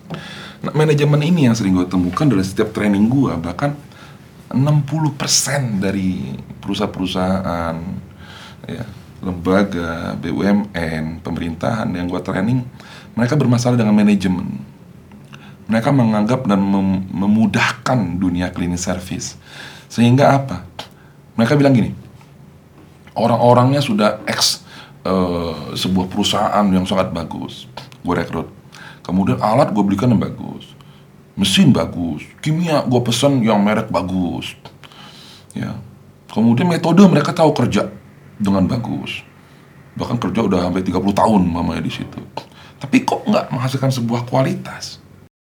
Nah, manajemen ini yang sering gue temukan dari setiap training gue. Bahkan 60% dari perusahaan-perusahaan, ya, lembaga, BUMN, pemerintahan yang gue training, mereka bermasalah dengan manajemen. Mereka menganggap dan memudahkan dunia cleaning service. Sehingga apa? Mereka bilang gini, orang-orangnya sudah sebuah perusahaan yang sangat bagus, gue rekrut. Kemudian alat gue belikan yang bagus, mesin bagus, kimia gue pesen yang merek bagus, ya. Kemudian metode mereka tahu kerja dengan bagus, bahkan kerja udah sampai 30 tahun mamanya di situ. Tapi kok nggak menghasilkan sebuah kualitas?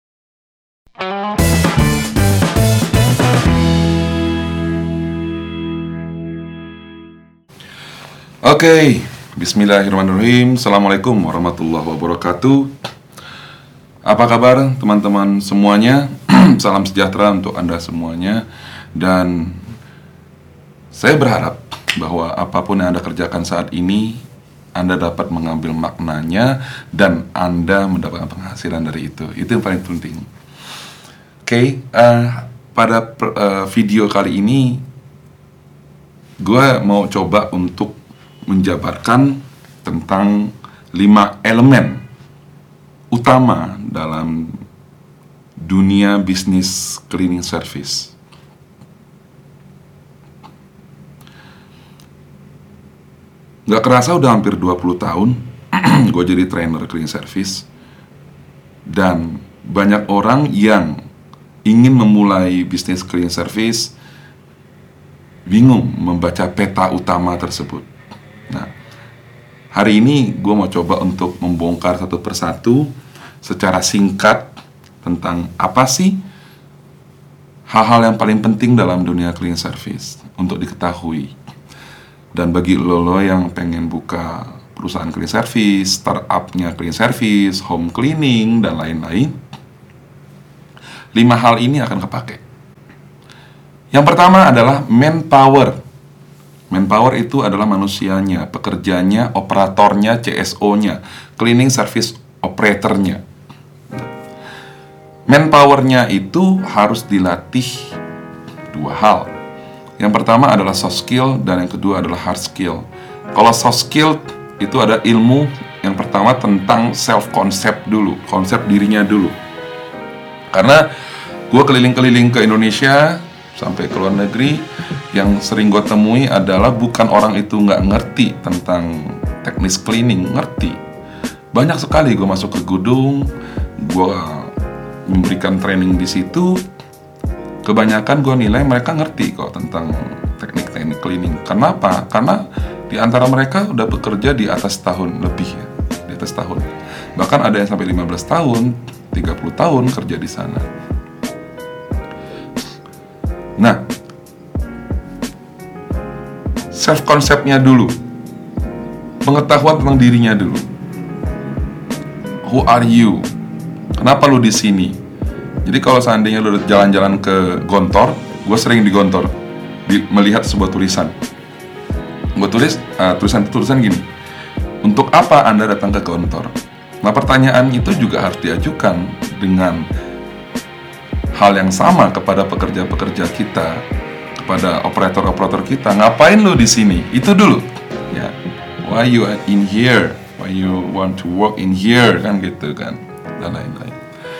Oke, bismillahirrahmanirrahim. Assalamualaikum warahmatullahi wabarakatuh. Apa kabar teman-teman semuanya? Salam sejahtera untuk Anda semuanya. Dan saya berharap bahwa apapun yang Anda kerjakan saat ini, Anda dapat mengambil maknanya dan Anda mendapatkan penghasilan dari itu. Itu yang paling penting. Oke, pada video kali ini gue mau coba untuk menjabarkan tentang 5 elemen utama dalam dunia bisnis cleaning service. Gak kerasa udah hampir 20 tahun gue jadi trainer cleaning service. Dan banyak orang yang ingin memulai bisnis cleaning service bingung membaca peta utama tersebut. Nah, hari ini gue mau coba untuk membongkar satu persatu secara singkat tentang apa sih hal-hal yang paling penting dalam dunia cleaning service untuk diketahui. Dan bagi lo yang pengen buka perusahaan cleaning service, startupnya cleaning service, home cleaning, dan lain-lain, 5 hal ini akan kepake. Yang pertama adalah manpower. Manpower itu adalah manusianya, pekerjanya, operatornya, CSO-nya, cleaning service operatornya. Manpower-nya itu harus dilatih 2 hal. Yang pertama adalah soft skill dan yang kedua adalah hard skill. Kalau soft skill itu ada ilmu yang pertama tentang self-concept dulu, konsep dirinya dulu. Karena gue keliling-keliling ke Indonesia sampai ke luar negeri, yang sering gue temui adalah bukan orang itu nggak ngerti tentang teknis cleaning, ngerti. Banyak sekali gue masuk ke gedung, gue memberikan training di situ. Kebanyakan gue nilai mereka ngerti kok tentang teknik-teknik cleaning. Kenapa? Karena di antara mereka udah bekerja di atas tahun lebih ya, di atas tahun. Bahkan ada yang sampai 15 tahun, 30 tahun kerja di sana. Nah, self-konsepnya dulu, pengetahuan tentang dirinya dulu. Who are you? Kenapa lu di sini? Jadi kalau seandainya lu jalan-jalan ke Gontor, gue sering di Gontor, melihat sebuah tulisan. Gue tulis tulisan gini. Untuk apa Anda datang ke Gontor? Nah, pertanyaan itu juga harus diajukan dengan hal yang sama kepada pekerja-pekerja kita, kepada operator-operator kita. Ngapain lu di sini? Itu dulu. Ya. Why you are in here? Why you want to work in here? Kan gitu kan. Dan lain-lain.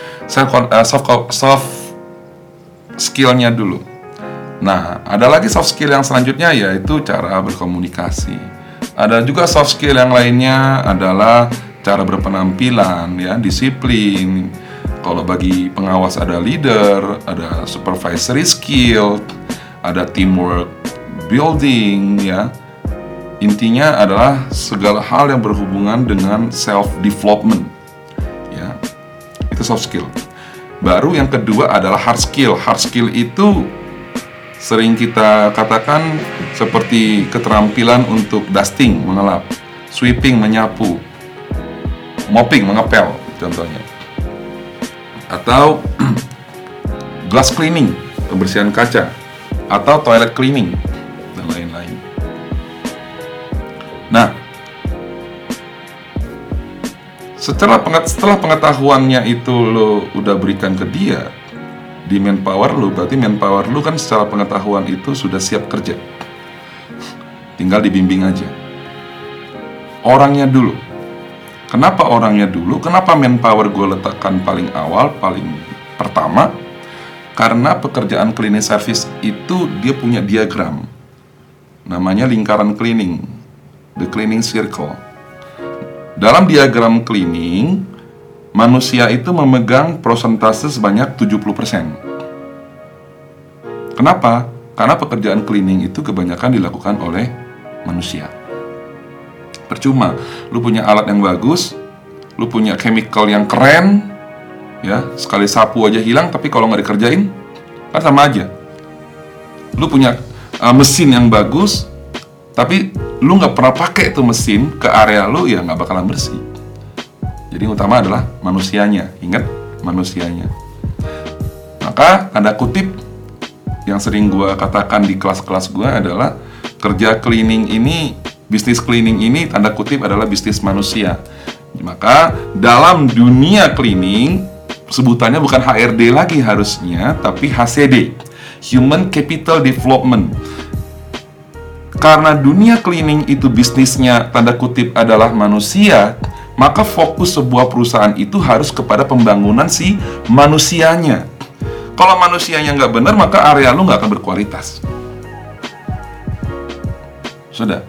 Soft skill-nya dulu. Nah, ada lagi soft skill yang selanjutnya yaitu cara berkomunikasi. Ada juga soft skill yang lainnya adalah cara berpenampilan, ya, disiplin. Kalau bagi pengawas ada leader, ada supervisory skill, ada teamwork building, ya. Intinya adalah segala hal yang berhubungan dengan self development, ya. Itu soft skill. Baru yang kedua adalah hard skill. Hard skill itu sering kita katakan seperti keterampilan untuk dusting, mengelap, sweeping, menyapu, mopping, mengepel contohnya. Atau glass cleaning, pembersihan kaca, atau toilet cleaning, dan lain-lain. Setelah pengetahuannya itu lo udah berikan ke dia di manpower lo, berarti manpower lo kan secara pengetahuan itu sudah siap kerja. Tinggal dibimbing aja. Orangnya dulu. Kenapa orangnya dulu? Kenapa manpower gue letakkan paling awal, paling pertama? Karena pekerjaan cleaning service itu dia punya diagram. Namanya lingkaran cleaning, the cleaning circle. Dalam diagram cleaning, manusia itu memegang persentase sebanyak 70%. Kenapa? Karena pekerjaan cleaning itu kebanyakan dilakukan oleh manusia. Percuma, lu punya alat yang bagus, lu punya chemical yang keren, ya, sekali sapu aja hilang, tapi kalau nggak dikerjain, kan sama aja. Lu punya mesin yang bagus, tapi lu nggak pernah pakai tuh mesin ke area lu, ya nggak bakalan bersih. Jadi yang utama adalah manusianya. Ingat, manusianya. Maka tanda kutip yang sering gue katakan di kelas-kelas gue adalah kerja cleaning ini, bisnis cleaning ini tanda kutip adalah bisnis manusia. Maka dalam dunia cleaning sebutannya bukan HRD lagi harusnya, tapi HCD, Human Capital Development. Karena dunia cleaning itu bisnisnya tanda kutip adalah manusia, maka fokus sebuah perusahaan itu harus kepada pembangunan si manusianya. Kalau manusianya nggak benar, maka area lu nggak akan berkualitas. Sudah.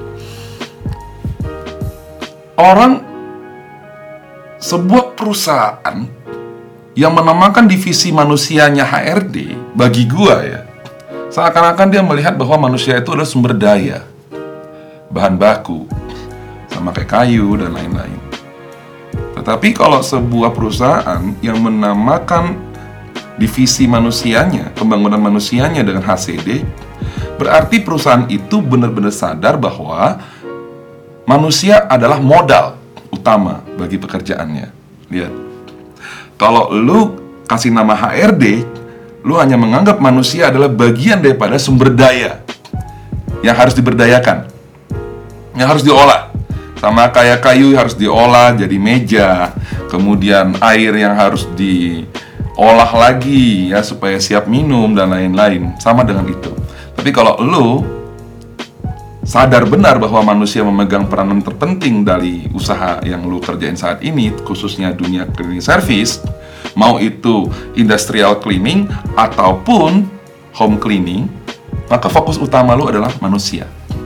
Sebuah perusahaan yang menamakan divisi manusianya HRD, bagi gua ya, seakan-akan dia melihat bahwa manusia itu adalah sumber daya, bahan baku, sama kayak kayu dan lain-lain. Tetapi kalau sebuah perusahaan yang menamakan divisi manusianya, pembangunan manusianya dengan HCD, berarti perusahaan itu benar-benar sadar bahwa manusia adalah modal utama bagi pekerjaannya. Lihat, kalau lu kasih nama HRD, lu hanya menganggap manusia adalah bagian daripada sumber daya yang harus diberdayakan, yang harus diolah. Sama kayak kayu harus diolah jadi meja, kemudian air yang harus diolah lagi ya supaya siap minum dan lain-lain. Sama dengan itu. Tapi kalau lu sadar benar bahwa manusia memegang peranan terpenting dari usaha yang lu kerjain saat ini, khususnya dunia cleaning service, mau itu industrial cleaning ataupun home cleaning, maka fokus utama lu adalah manusia.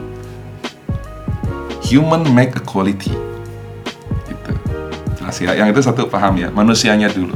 Human make a quality. Gitu. Jelas ya, yang itu satu paham ya, manusianya dulu.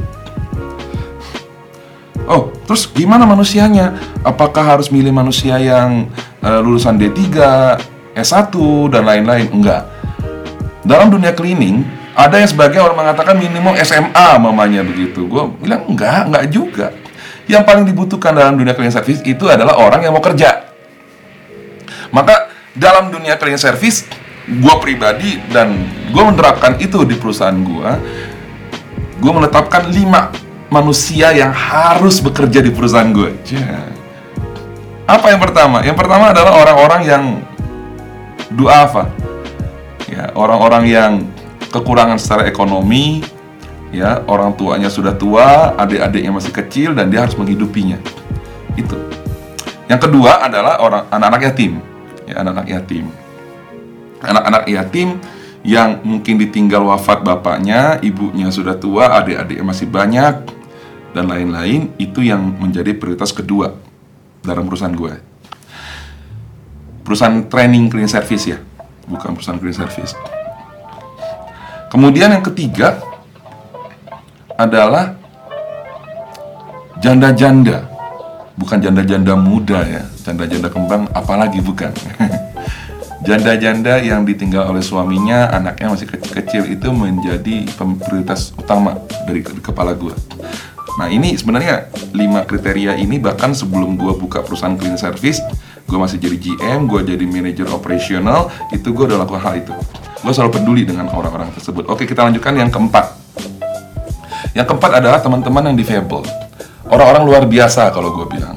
Oh, terus gimana manusianya? Apakah harus milih manusia yang lulusan D3, S1 dan lain-lain? Enggak. Dalam dunia cleaning, ada yang sebagian orang mengatakan minimum SMA mamanya begitu. Gue bilang enggak juga. Yang paling dibutuhkan dalam dunia cleaning service itu adalah orang yang mau kerja. Maka dalam dunia cleaning service, gue pribadi dan gue menerapkan itu di perusahaan gue menetapkan 5 manusia yang harus bekerja di perusahaan gue. Apa yang pertama? Yang pertama adalah orang-orang yang duafa, ya, orang-orang yang kekurangan secara ekonomi, ya, orang tuanya sudah tua, adik-adiknya masih kecil dan dia harus menghidupinya. Itu. Yang kedua adalah anak-anak yatim, ya, anak-anak yatim. Anak-anak yatim yang mungkin ditinggal wafat bapaknya, ibunya sudah tua, adik-adiknya masih banyak, dan lain-lain, itu yang menjadi prioritas kedua dalam perusahaan gue. Perusahaan training cleaning service ya, bukan perusahaan cleaning service. Kemudian yang ketiga adalah janda-janda. Bukan janda-janda muda ya, janda-janda kembang apalagi bukan. Janda-janda yang ditinggal oleh suaminya, anaknya masih kecil-kecil, itu menjadi prioritas utama dari kepala gue. Nah ini sebenarnya 5 kriteria ini bahkan sebelum gue buka perusahaan cleaning service, gue masih jadi GM, gue jadi manajer operasional, itu gue udah lakukan hal itu. Gue selalu peduli dengan orang-orang tersebut. Oke, kita lanjutkan yang keempat. Yang keempat adalah teman-teman yang difabel. Orang-orang luar biasa kalau gue bilang.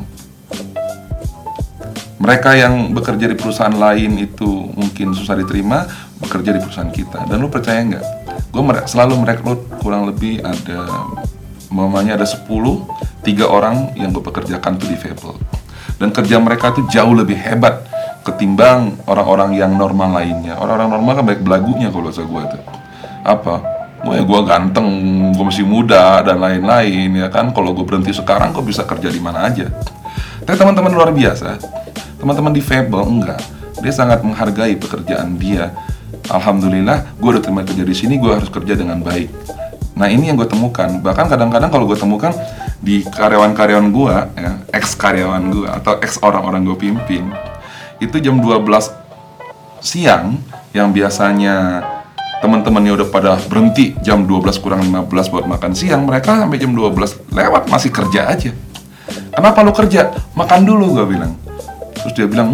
Mereka yang bekerja di perusahaan lain itu mungkin susah diterima, bekerja di perusahaan kita. Dan lu percaya nggak? gue selalu merekrut kurang lebih ada, mamanya ada 10, 3 orang yang gue pekerjakan tuh difabel. Dan kerja mereka tuh jauh lebih hebat ketimbang orang-orang yang normal lainnya. Orang-orang normal kan baik belagunya kalau bahasa gue tuh. Apa? Gue ganteng, gue masih muda dan lain-lain ya kan. Kalau gue berhenti sekarang, gue bisa kerja di mana aja. Tapi teman-teman luar biasa, teman-teman difabel enggak. Dia sangat menghargai pekerjaan dia. Alhamdulillah, gue udah terima kerja di sini, gue harus kerja dengan baik. Nah ini yang gue temukan. Bahkan kadang-kadang kalau gue temukan di karyawan-karyawan gue, ya, ex-karyawan gue atau ex orang-orang gue pimpin, itu jam 12 siang yang biasanya teman-temannya udah pada berhenti jam 12 kurang 15 buat makan siang, mereka sampai jam 12 lewat masih kerja aja. Kenapa lu kerja? Makan dulu, gue bilang. Terus dia bilang,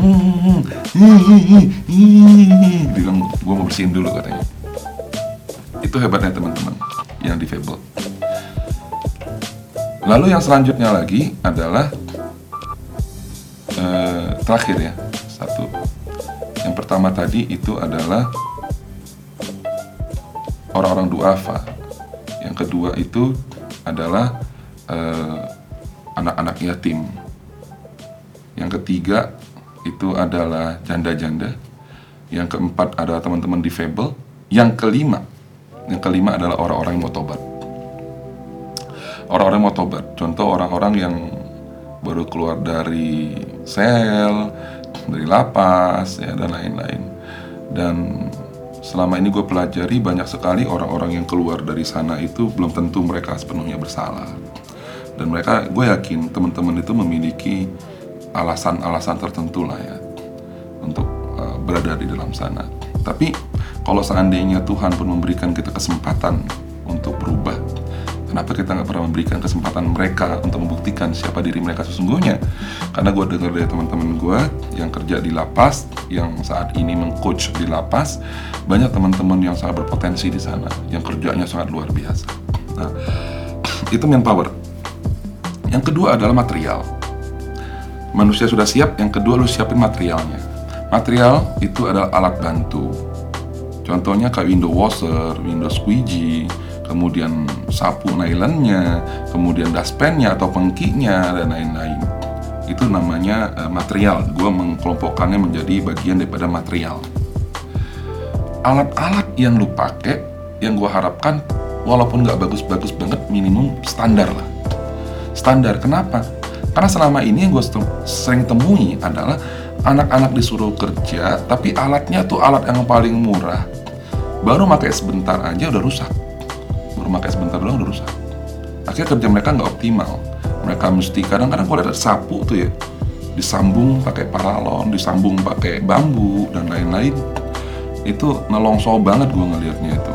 dia bilang, gue mau bersihin dulu katanya. Itu hebatnya teman-teman yang difabel. Lalu yang selanjutnya lagi adalah terakhir ya, satu. Yang pertama tadi itu adalah orang-orang duafa. Yang kedua itu adalah anak-anak yatim. Yang ketiga itu adalah janda-janda. Yang keempat adalah teman-teman difabel. Yang kelima adalah orang-orang yang mau tobat. Orang-orang yang mau tobat, contoh orang-orang yang baru keluar dari sel, dari lapas, ya, dan lain-lain. Dan selama ini gue pelajari banyak sekali orang-orang yang keluar dari sana itu belum tentu mereka sepenuhnya bersalah. Dan mereka, gue yakin teman-teman itu memiliki alasan-alasan tertentu lah ya untuk berada di dalam sana. Tapi kalau seandainya Tuhan pun memberikan kita kesempatan untuk berubah, kenapa kita nggak pernah memberikan kesempatan mereka untuk membuktikan siapa diri mereka sesungguhnya? Karena gue dengar dari teman-teman gue yang kerja di lapas, yang saat ini meng-coach di lapas, banyak teman-teman yang sangat berpotensi di sana, yang kerjanya sangat luar biasa. Nah, itu manpower. Yang kedua adalah material. Manusia sudah siap, yang kedua lu siapin materialnya. Material itu adalah alat bantu. Contohnya kayak window washer, window squeegee, kemudian sapu nylonnya, kemudian dustpan-nya atau pengkinya, dan lain-lain. Itu namanya material. Gue mengkelompokkannya menjadi bagian daripada material. Alat-alat yang lu pakai, yang gue harapkan, walaupun nggak bagus-bagus banget, minimum standar lah. Standar, kenapa? Karena selama ini yang gue sering temui adalah anak-anak disuruh kerja, tapi alatnya tuh alat yang paling murah. Baru pakai sebentar aja udah rusak. Baru pakai sebentar doang udah rusak. Akhirnya kerja mereka nggak optimal. Mereka mesti kadang-kadang kalau ada sapu tuh ya, disambung pakai paralon, disambung pakai bambu dan lain-lain. Itu nelongso banget gue ngelihatnya itu.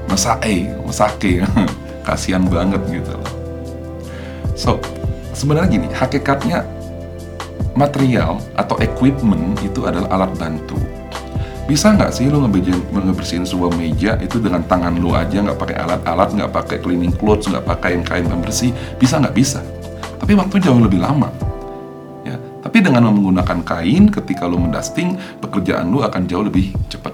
Mesake, kasihan banget gitu loh. So, sebenarnya gini, hakikatnya material atau equipment itu adalah alat bantu. Bisa nggak sih lu ngebersihin sebuah meja itu dengan tangan lu aja, nggak pakai alat-alat, nggak pakai cleaning clothes, nggak pakai kain pembersih? Bisa nggak? Bisa. Tapi waktu jauh lebih lama. Ya, tapi dengan menggunakan kain, ketika lu mendusting, pekerjaan lu akan jauh lebih cepat.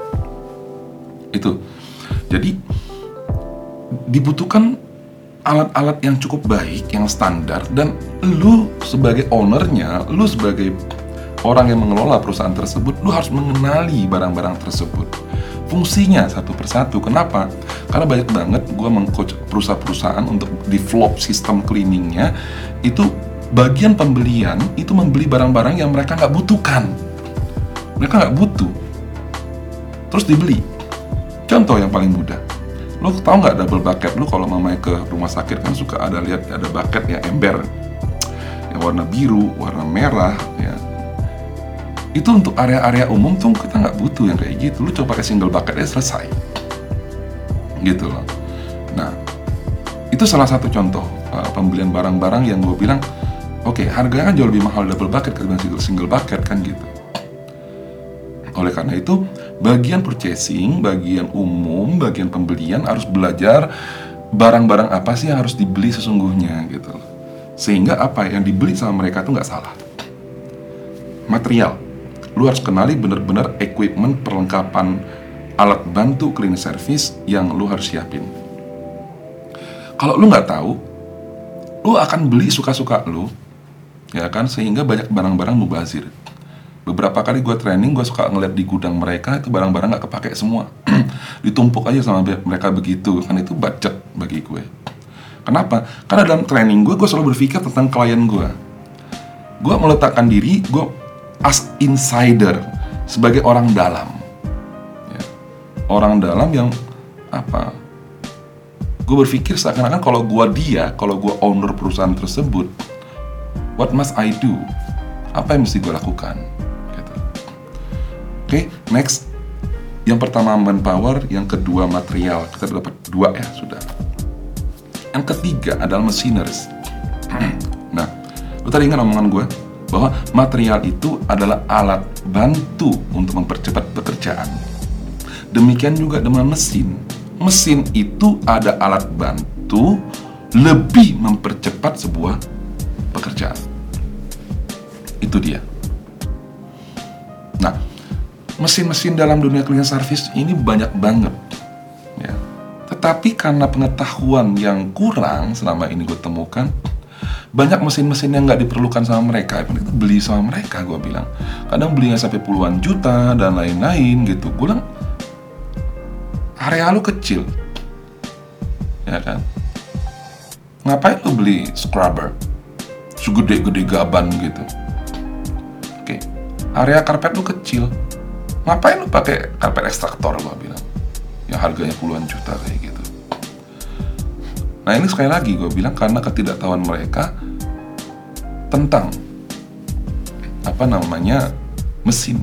Itu. Jadi dibutuhkan alat-alat yang cukup baik, yang standar, dan lu sebagai ownernya, lu sebagai orang yang mengelola perusahaan tersebut, lu harus mengenali barang-barang tersebut, fungsinya satu persatu. Kenapa? Karena banyak banget gue meng-coach perusahaan-perusahaan untuk develop sistem cleaningnya, itu bagian pembelian itu membeli barang-barang yang mereka nggak butuhkan, mereka nggak butuh, terus dibeli. Contoh yang paling mudah, lo tau nggak double bucket? Lo kalau mamanya ke rumah sakit kan suka ada lihat ada bucket ya, ember yang warna biru, warna merah ya. Itu untuk area-area umum tuh kita nggak butuh yang kayak gitu. Lo coba pakai single bucket aja selesai gitu loh. Nah, itu salah satu contoh pembelian barang-barang yang gue bilang oke, harganya kan jauh lebih mahal double bucket ketimbang single bucket kan gitu. Oleh karena itu, bagian purchasing, bagian umum, bagian pembelian harus belajar barang-barang apa sih yang harus dibeli sesungguhnya gitu loh. Sehingga apa yang dibeli sama mereka tuh nggak salah. Material, lu harus kenali benar-benar equipment, perlengkapan alat bantu cleaning service yang lu harus siapin. Kalau lu nggak tahu, lu akan beli suka-suka lu, ya kan, sehingga banyak barang-barang mubazir. Beberapa kali gue training, gue suka ngeliat di gudang mereka itu barang-barang nggak kepake semua, ditumpuk aja sama mereka begitu, kan itu budget bagi gue. Kenapa? Karena dalam training gue selalu berpikir tentang klien gue. Gue meletakkan diri gue as insider, sebagai orang dalam, ya. Orang dalam yang apa? Gue berpikir seakan-akan kalau gue owner perusahaan tersebut, what must I do? Apa yang mesti gue lakukan? Gitu. Oke, next. Yang pertama manpower, yang kedua material. Kita dapat 2 ya, sudah. Yang ketiga adalah machineries. Nah, lu tadi ingat omongan gue bahwa material itu adalah alat bantu untuk mempercepat pekerjaan. Demikian juga dengan mesin. Mesin itu ada alat bantu lebih mempercepat sebuah pekerjaan. Itu dia. Nah, mesin-mesin dalam dunia cleaning service ini banyak banget, ya. Tetapi karena pengetahuan yang kurang selama ini gue temukan, banyak mesin-mesin yang nggak diperlukan sama mereka, itu beli sama mereka. Gue bilang, kadang belinya sampai puluhan juta dan lain-lain gitu. Gue bilang, area lu kecil, ya kan? Ngapain lu beli scrubber segede-gede gaban gitu? Oke, area karpet lu kecil, ngapain lu pakai karpet ekstraktor? Gue bilang, yang harganya puluhan juta kayak gitu. Nah, ini sekali lagi gue bilang karena ketidaktahuan mereka tentang mesin.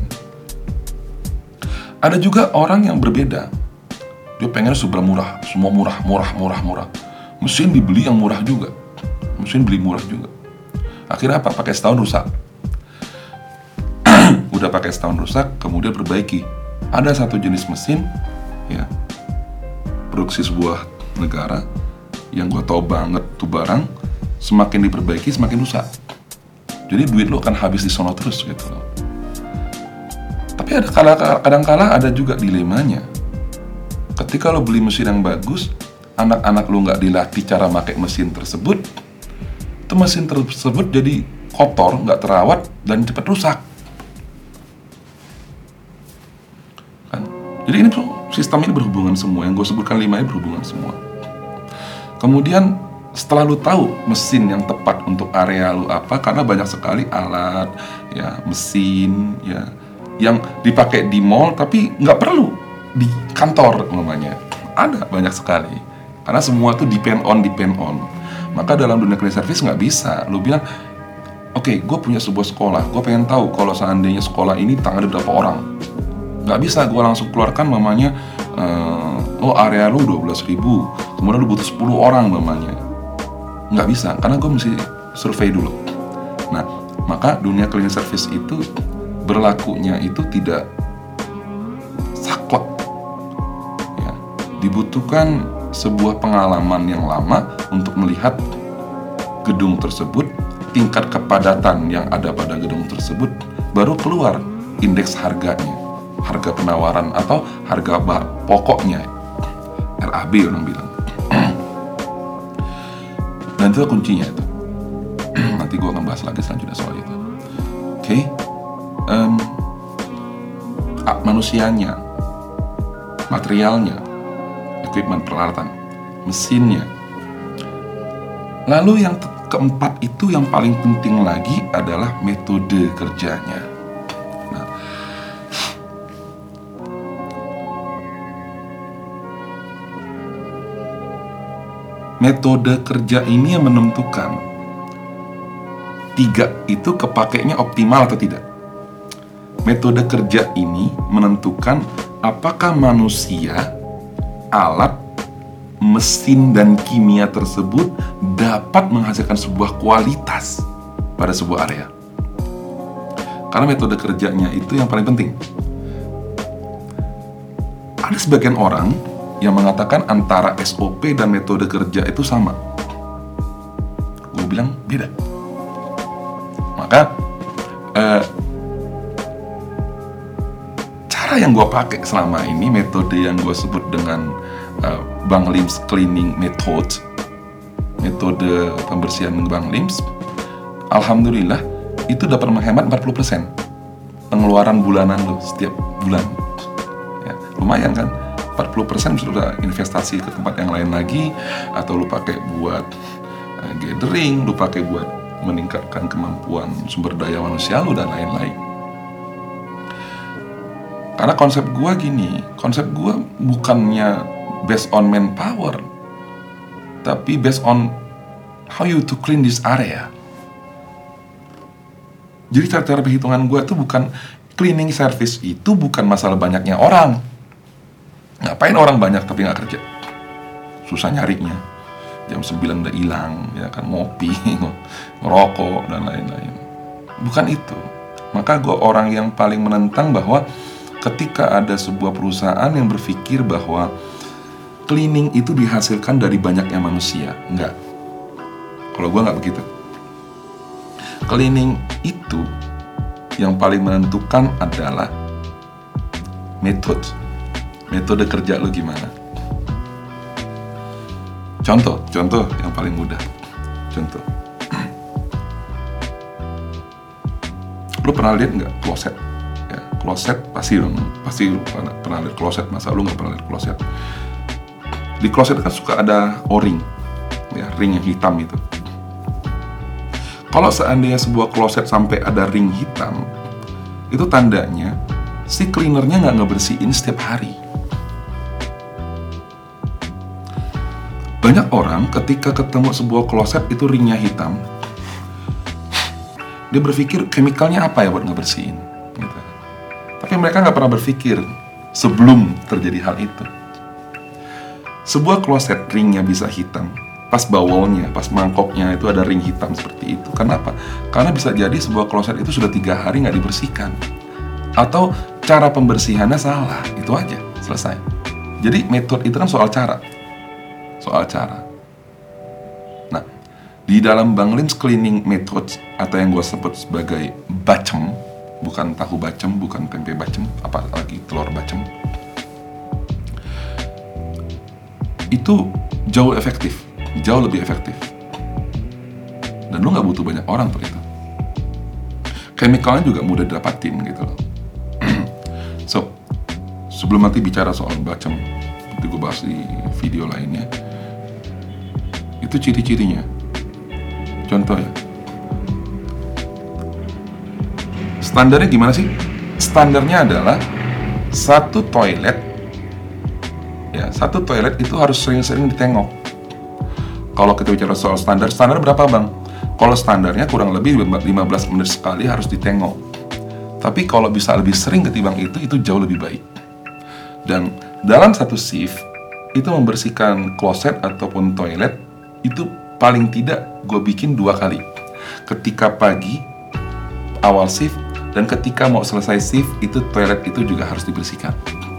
Ada juga orang yang berbeda. Dia pengen super murah, semua murah. Mesin dibeli yang murah juga. Akhirnya apa? Pakai setahun rusak. Udah pakai setahun rusak, kemudian perbaiki. Ada satu jenis mesin, ya, produksi sebuah negara yang gue tau banget tuh barang semakin diperbaiki semakin rusak. Jadi duit lo akan habis di sono terus gitu loh. Tapi ada kadang-kala ada juga dilemanya. Ketika lo beli mesin yang bagus, anak-anak lo nggak dilatih cara pakai mesin tersebut, itu mesin tersebut jadi kotor, nggak terawat dan cepat rusak. Kan? Jadi ini sistem ini berhubungan semua. Yang gue sebutkan 5 ini berhubungan semua. Kemudian setelah lu tahu mesin yang tepat untuk area lu apa, karena banyak sekali alat, ya, mesin, ya, yang dipakai di mall tapi nggak perlu di kantor namanya. Ada banyak sekali. Karena semua tuh depend on. Maka dalam dunia cleaning service nggak bisa lu bilang, oke, gue punya sebuah sekolah, gue pengen tahu kalau seandainya sekolah ini tangani berapa orang. Nggak bisa gue langsung keluarkan area lu 12.000, kemudian lu butuh 10 orang mamanya. Nggak bisa, karena gue mesti survei dulu. Nah, maka dunia cleaning service itu berlakunya itu tidak saklek, ya. Dibutuhkan sebuah pengalaman yang lama untuk melihat gedung tersebut, tingkat kepadatan yang ada pada gedung tersebut, baru keluar indeks harganya, harga penawaran atau harga pokoknya, RAB orang bilang. Dan itu kuncinya itu. Nanti gue akan bahas lagi selanjutnya soal itu. Oke. Manusianya, materialnya, equipment, peralatan, mesinnya. Lalu yang keempat itu yang paling penting lagi adalah metode kerjanya. Nah, metode kerja ini yang menentukan 3 itu kepakainya optimal atau tidak. Metode kerja ini menentukan apakah manusia, alat, mesin, dan kimia tersebut dapat menghasilkan sebuah kualitas pada sebuah area. Karena metode kerjanya itu yang paling penting. Ada sebagian orang yang mengatakan antara SOP dan metode kerja itu sama. Gue bilang beda. Maka cara Maka yang gue pakai selama ini metode yang gue sebut dengan Bang Lims Cleaning Method, metode pembersihan Bang Lims, alhamdulillah itu dapat menghemat 40% pengeluaran bulanan lo setiap bulan. Ya, lumayan kan? 40% sudah investasi ke tempat yang lain lagi, atau lu pakai buat gathering, lu pakai buat meningkatkan kemampuan sumber daya manusia lu dan lain-lain. Karena konsep gua gini, konsep gua bukannya based on manpower, tapi based on how you to clean this area. Jadi cara perhitungan gua tuh bukan cleaning service, itu bukan masalah banyaknya orang. Ngapain orang banyak tapi nggak kerja? Susah nyarinya. Jam 9 udah hilang, ya kan, ngopi, ngerokok dan lain-lain. Bukan itu. Maka gue orang yang paling menentang bahwa ketika ada sebuah perusahaan yang berpikir bahwa cleaning itu dihasilkan dari banyaknya manusia. Enggak. Kalau gue nggak begitu. Cleaning itu yang paling menentukan adalah metode kerja lu gimana. Contoh yang paling mudah. Contoh. Lu pernah lihat nggak kloset? Ya, kloset pasti lu pernah lihat kloset. Masa lu nggak pernah lihat kloset? Di kloset kan suka ada o-ring, ya, ring yang hitam itu. Kalau seandainya sebuah kloset sampai ada ring hitam, itu tandanya si cleanernya nggak ngebersihin setiap hari. Banyak orang ketika ketemu sebuah kloset itu ringnya hitam, dia berpikir chemicalnya apa ya buat ngebersihin, gitu. Tapi mereka nggak pernah berpikir sebelum terjadi hal itu. Sebuah kloset ringnya bisa hitam, pas bawelnya, pas mangkoknya itu ada ring hitam seperti itu. Kenapa? Karena bisa jadi sebuah kloset itu sudah 3 hari nggak dibersihkan, atau cara pembersihannya salah. Itu aja, selesai. Jadi metode itu kan soal cara. Nah, di dalam Bang Lims Cleaning Method, atau yang gue sebut sebagai bacem, bukan tahu bacem, bukan tempe bacem, apalagi telur bacem, itu jauh lebih efektif, dan lu nggak butuh banyak orang untuk itu. Chemicalnya juga mudah didapatin gitu loh. So, sebelum nanti bicara soal bacem, nanti gue bahas di video lainnya. Itu ciri-cirinya. Contoh ya. Standarnya gimana sih? Standarnya adalah satu toilet itu harus sering-sering ditengok. Kalau kita bicara soal standar berapa bang? Kalau standarnya kurang lebih 15 menit sekali harus ditengok. Tapi kalau bisa lebih sering ketimbang itu jauh lebih baik. Dan dalam satu shift itu membersihkan kloset ataupun toilet itu paling tidak gue bikin 2 kali. Ketika pagi awal shift, dan ketika mau selesai shift itu toilet itu juga harus dibersihkan.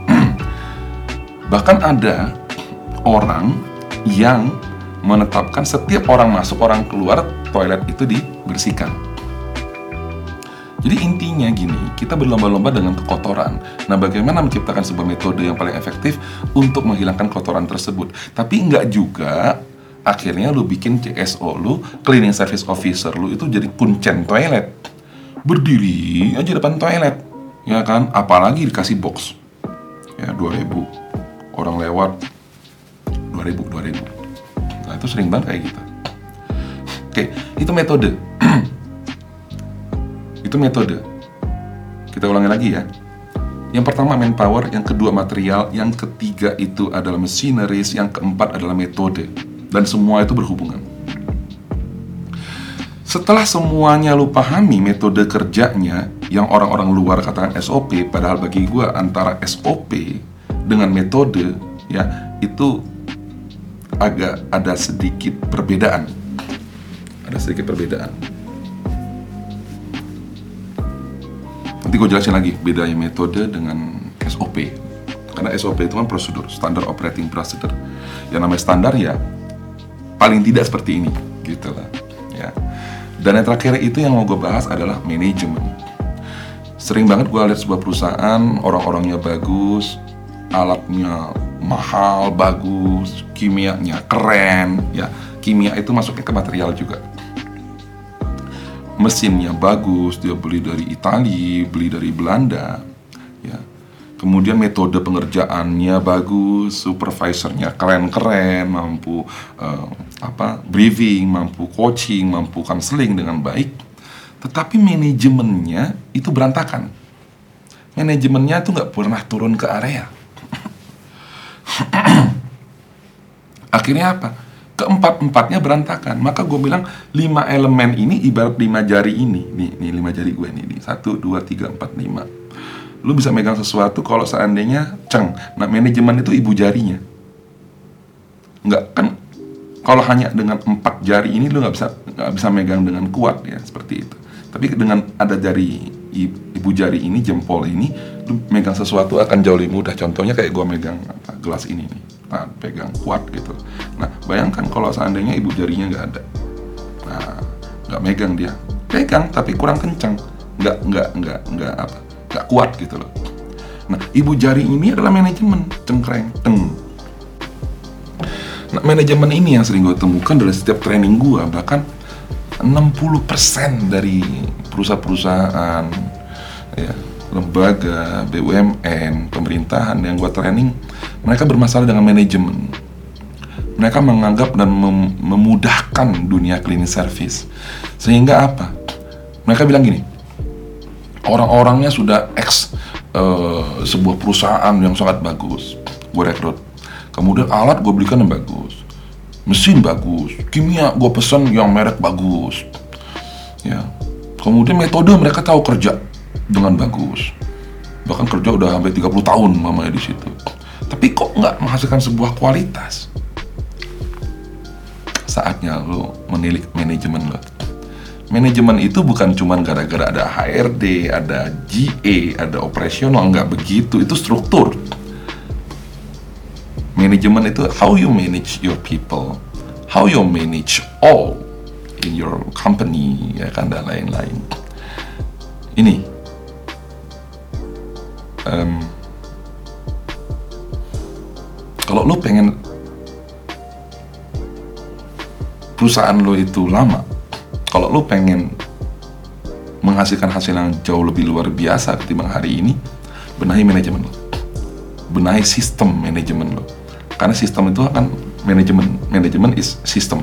Bahkan ada orang yang menetapkan setiap orang masuk orang keluar toilet itu dibersihkan. Jadi intinya gini, kita berlomba-lomba dengan kotoran. Nah, bagaimana menciptakan sebuah metode yang paling efektif untuk menghilangkan kotoran tersebut? Tapi enggak juga akhirnya lu bikin CSO lu, cleaning service officer lu itu jadi kuncen toilet. Berdiri aja depan toilet, ya kan? Apalagi dikasih box. Ya, 2.000. Orang lewat 2.000. Nah, itu sering banget kayak gitu. Oke, itu metode. Itu metode. Kita ulangi lagi ya. Yang pertama manpower, yang kedua material, yang ketiga itu adalah machineries, yang keempat adalah metode. Dan semua itu berhubungan. Setelah semuanya lu pahami metode kerjanya, yang orang-orang luar katakan SOP, padahal bagi gue antara SOP dengan metode, ya, itu agak ada sedikit perbedaan. Nanti gue jelasin lagi bedanya metode dengan SOP. Karena SOP itu kan prosedur, Standard Operating Procedure. Yang namanya standar ya paling tidak seperti ini, gitu lah. Ya. Dan yang terakhir itu yang mau gue bahas adalah manajemen. Sering banget gue lihat sebuah perusahaan, orang-orangnya bagus, alatnya mahal, bagus, kimianya keren, ya. Kimia itu masuknya ke material juga. Mesinnya bagus, dia beli dari Italia, beli dari Belanda, ya. Kemudian metode pengerjaannya bagus, supervisornya keren-keren, mampu briefing, mampu coaching, mampu counseling dengan baik. Tetapi manajemennya itu berantakan. Manajemennya itu nggak pernah turun ke area. Akhirnya apa? Keempat-empatnya berantakan. Maka gue bilang 5 elemen ini ibarat 5 jari ini. Nih 5 jari gue nih. 1, 2, 3, 4, 5. Lu bisa megang sesuatu kalau seandainya Nah, manajemen itu ibu jarinya. Nggak kan, kalau hanya dengan 4 jari ini lu nggak bisa megang dengan kuat, ya, seperti itu. Tapi dengan ada jari ibu jari ini, jempol ini, lu megang sesuatu akan jauh lebih mudah. Contohnya kayak gua megang gelas ini nih. Nah, pegang kuat gitu. Nah, bayangkan kalau seandainya ibu jarinya nggak ada. Nah, nggak megang dia. Pegang tapi kurang kencang. Nggak kuat gitu loh. Nah, ibu jari ini adalah manajemen, cengkreng, teng. Nah, manajemen ini yang sering gue temukan dari setiap training gue. Bahkan 60% dari perusahaan-perusahaan, ya, lembaga, BUMN, pemerintahan yang gue training, mereka bermasalah dengan manajemen. Mereka menganggap dan memudahkan dunia cleaning service. Sehingga apa? Mereka bilang gini, orang-orangnya sudah sebuah perusahaan yang sangat bagus, gue rekrut. Kemudian alat gue belikan yang bagus, mesin bagus, kimia gue pesen yang merek bagus, ya. Kemudian metode mereka tahu kerja dengan bagus, bahkan kerja udah sampai 30 tahun mamanya di situ. Tapi kok nggak menghasilkan sebuah kualitas? Saatnya lo menilik manajemen lo. Manajemen itu bukan cuma gara-gara ada HRD, ada GA, ada operasional, nggak begitu. Itu struktur. Manajemen itu how you manage your people, how you manage all in your company, ya kan, dan lain-lain. Ini kalau lo pengen perusahaan lo itu lama, kalau lo pengen menghasilkan hasil yang jauh lebih luar biasa ketimbang hari ini, benahi manajemen lo, benahi sistem manajemen lo. Karena sistem itu akan manajemen is sistem.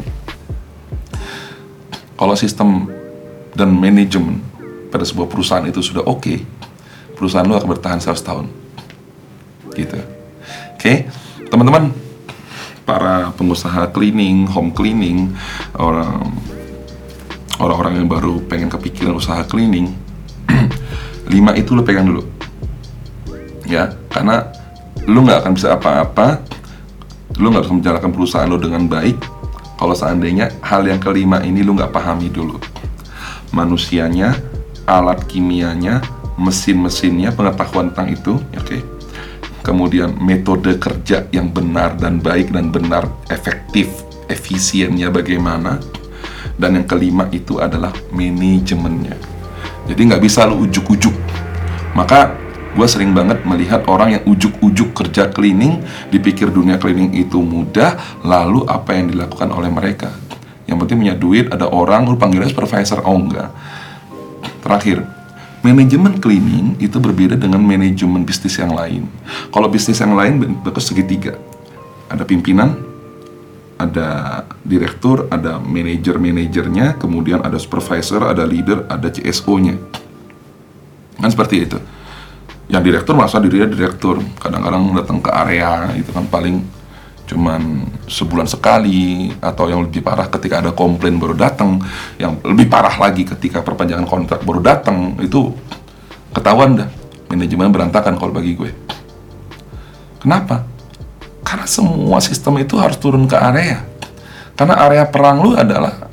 Kalau sistem dan manajemen pada sebuah perusahaan itu sudah oke, perusahaan lo akan bertahan 100 tahun. Gitu. Oke, teman-teman, para pengusaha cleaning, home cleaning, orang-orang yang baru pengen kepikiran usaha cleaning, 5 itu lo pegang dulu, ya. Karena lo nggak akan bisa apa-apa, lo nggak bisa menjalankan perusahaan lo dengan baik kalau seandainya hal yang kelima ini lo nggak pahami dulu. Manusianya, alat kimianya, mesin-mesinnya, pengetahuan tentang itu, oke. Kemudian metode kerja yang benar dan baik dan benar, efektif, efisiennya bagaimana. Dan yang kelima itu adalah manajemennya. Jadi nggak bisa lo ujuk-ujuk. Maka gue sering banget melihat orang yang ujuk-ujuk kerja cleaning, dipikir dunia cleaning itu mudah, lalu apa yang dilakukan oleh mereka? Yang penting punya duit, ada orang, lu panggilnya supervisor, oh enggak. Terakhir, manajemen cleaning itu berbeda dengan manajemen bisnis yang lain. Kalau bisnis yang lain bentuknya segitiga. Ada pimpinan, ada direktur, ada manajer-manajernya, kemudian ada supervisor, ada leader, ada CSO-nya. Kan seperti itu. Yang direktur masa dirinya direktur, kadang-kadang datang ke area itu kan paling cuman sebulan sekali, atau yang lebih parah ketika ada komplain baru datang, yang lebih parah lagi ketika perpanjangan kontrak baru datang. Itu ketahuan dah manajemen berantakan kalau bagi gue. Kenapa? Karena semua sistem itu harus turun ke area. Karena area perang lu adalah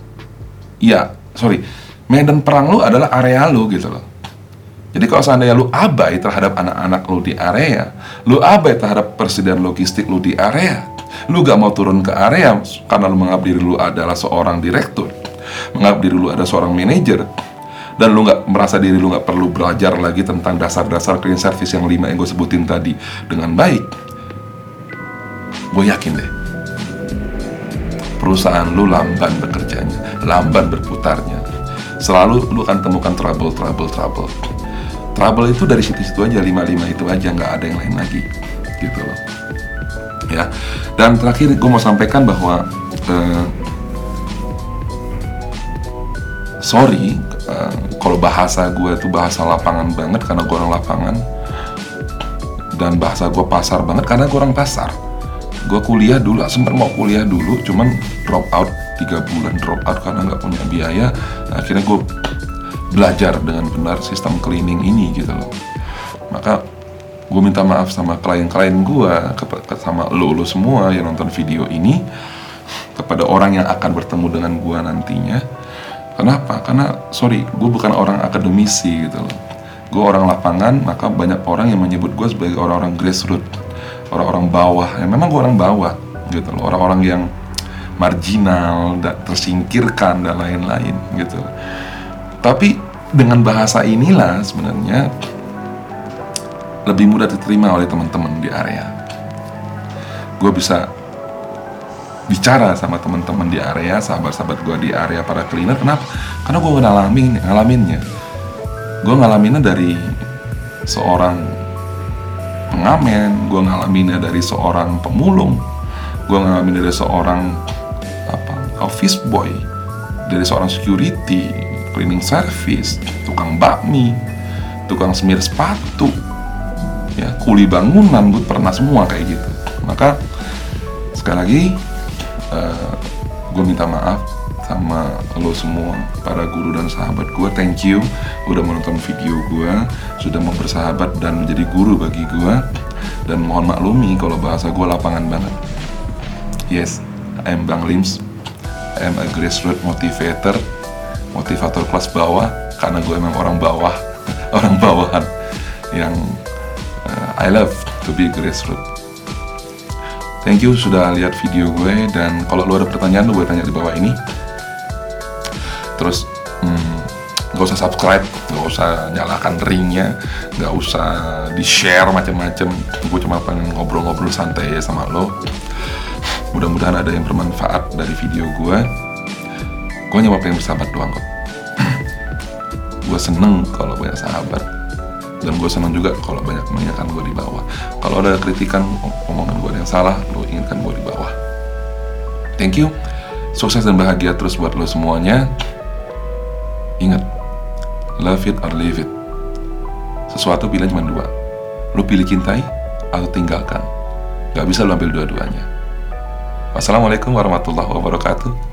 medan perang lu adalah area lu gitu loh. Jadi kalau seandainya lu abai terhadap anak-anak lu di area, lu abai terhadap persediaan logistik lu di area, lu gak mau turun ke area karena lu menganggap diri lu adalah seorang direktur, menganggap diri lu ada seorang manajer, dan lu nggak merasa diri lu nggak perlu belajar lagi tentang dasar-dasar cleaning service yang 5 yang gue sebutin tadi dengan baik, gue yakin deh perusahaan lu lamban bekerjanya, lamban berputarnya. Selalu lu akan temukan trouble. Trouble itu dari situ-situ aja, 5 itu aja, nggak ada yang lain lagi gitu loh ya. Dan terakhir gue mau sampaikan bahwa sorry kalau bahasa gue itu bahasa lapangan banget karena gue orang lapangan, dan bahasa gue pasar banget karena gue orang pasar. Gue kuliah dulu, sempat mau kuliah dulu, cuman drop out 3 bulan, drop out karena nggak punya biaya. Akhirnya gue belajar dengan benar sistem cleaning ini gitu loh. Maka gue minta maaf sama klien-klien gue, sama lo semua yang nonton video ini, kepada orang yang akan bertemu dengan gue nantinya. Kenapa? Karena sorry, gue bukan orang akademisi gitu loh. Gue orang lapangan, maka banyak orang yang menyebut gue sebagai orang-orang grassroots, orang-orang bawah. Ya memang gue orang bawah gitu loh, orang-orang yang marginal, tersingkirkan dan lain-lain gitu. Tapi dengan bahasa inilah sebenarnya lebih mudah diterima oleh teman-teman di area. Gue bisa bicara sama teman-teman di area, sahabat-sahabat gue di area para cleaner. Kenapa? Karena gue ngalaminnya. Gue ngalaminnya dari seorang pengamen, gue ngalaminnya dari seorang pemulung, gue ngalamin dari seorang office boy, dari seorang security, cleaning service, tukang bakmi, tukang semir sepatu, ya, kuli bangunan, gue pernah semua kayak gitu. Maka sekali lagi gue minta maaf sama lo semua, para guru dan sahabat gue. Thank you udah menonton video gue, sudah mau bersahabat dan menjadi guru bagi gue. Dan mohon maklumi kalau bahasa gue lapangan banget. Yes, I am Bang Lims, I am a grassroots motivator kelas bawah, karena gue emang orang bawah, orang bawahan yang I love to be grassroots. Thank you sudah lihat video gue, dan kalau lo ada pertanyaan lo boleh tanya di bawah ini. Terus gak usah subscribe, gak usah nyalakan ringnya, gak usah di share macam-macam. Gue cuma pengen ngobrol-ngobrol santai sama lo. Mudah-mudahan ada yang bermanfaat dari video gue. Gue cuma pengen bersahabat doang kok. Gue seneng kalau banyak sahabat, dan gue seneng juga kalau banyak mengingatkan gue di bawah. Kalau ada kritikan omongan gue yang salah, lo ingatkan gue di bawah. Thank you. Sukses dan bahagia terus buat lo semuanya. Ingat, love it or leave it. Sesuatu pilihan cuma 2. Lo pilih cintai atau tinggalkan. Gak bisa lo ambil dua-duanya. Wassalamualaikum warahmatullahi wabarakatuh.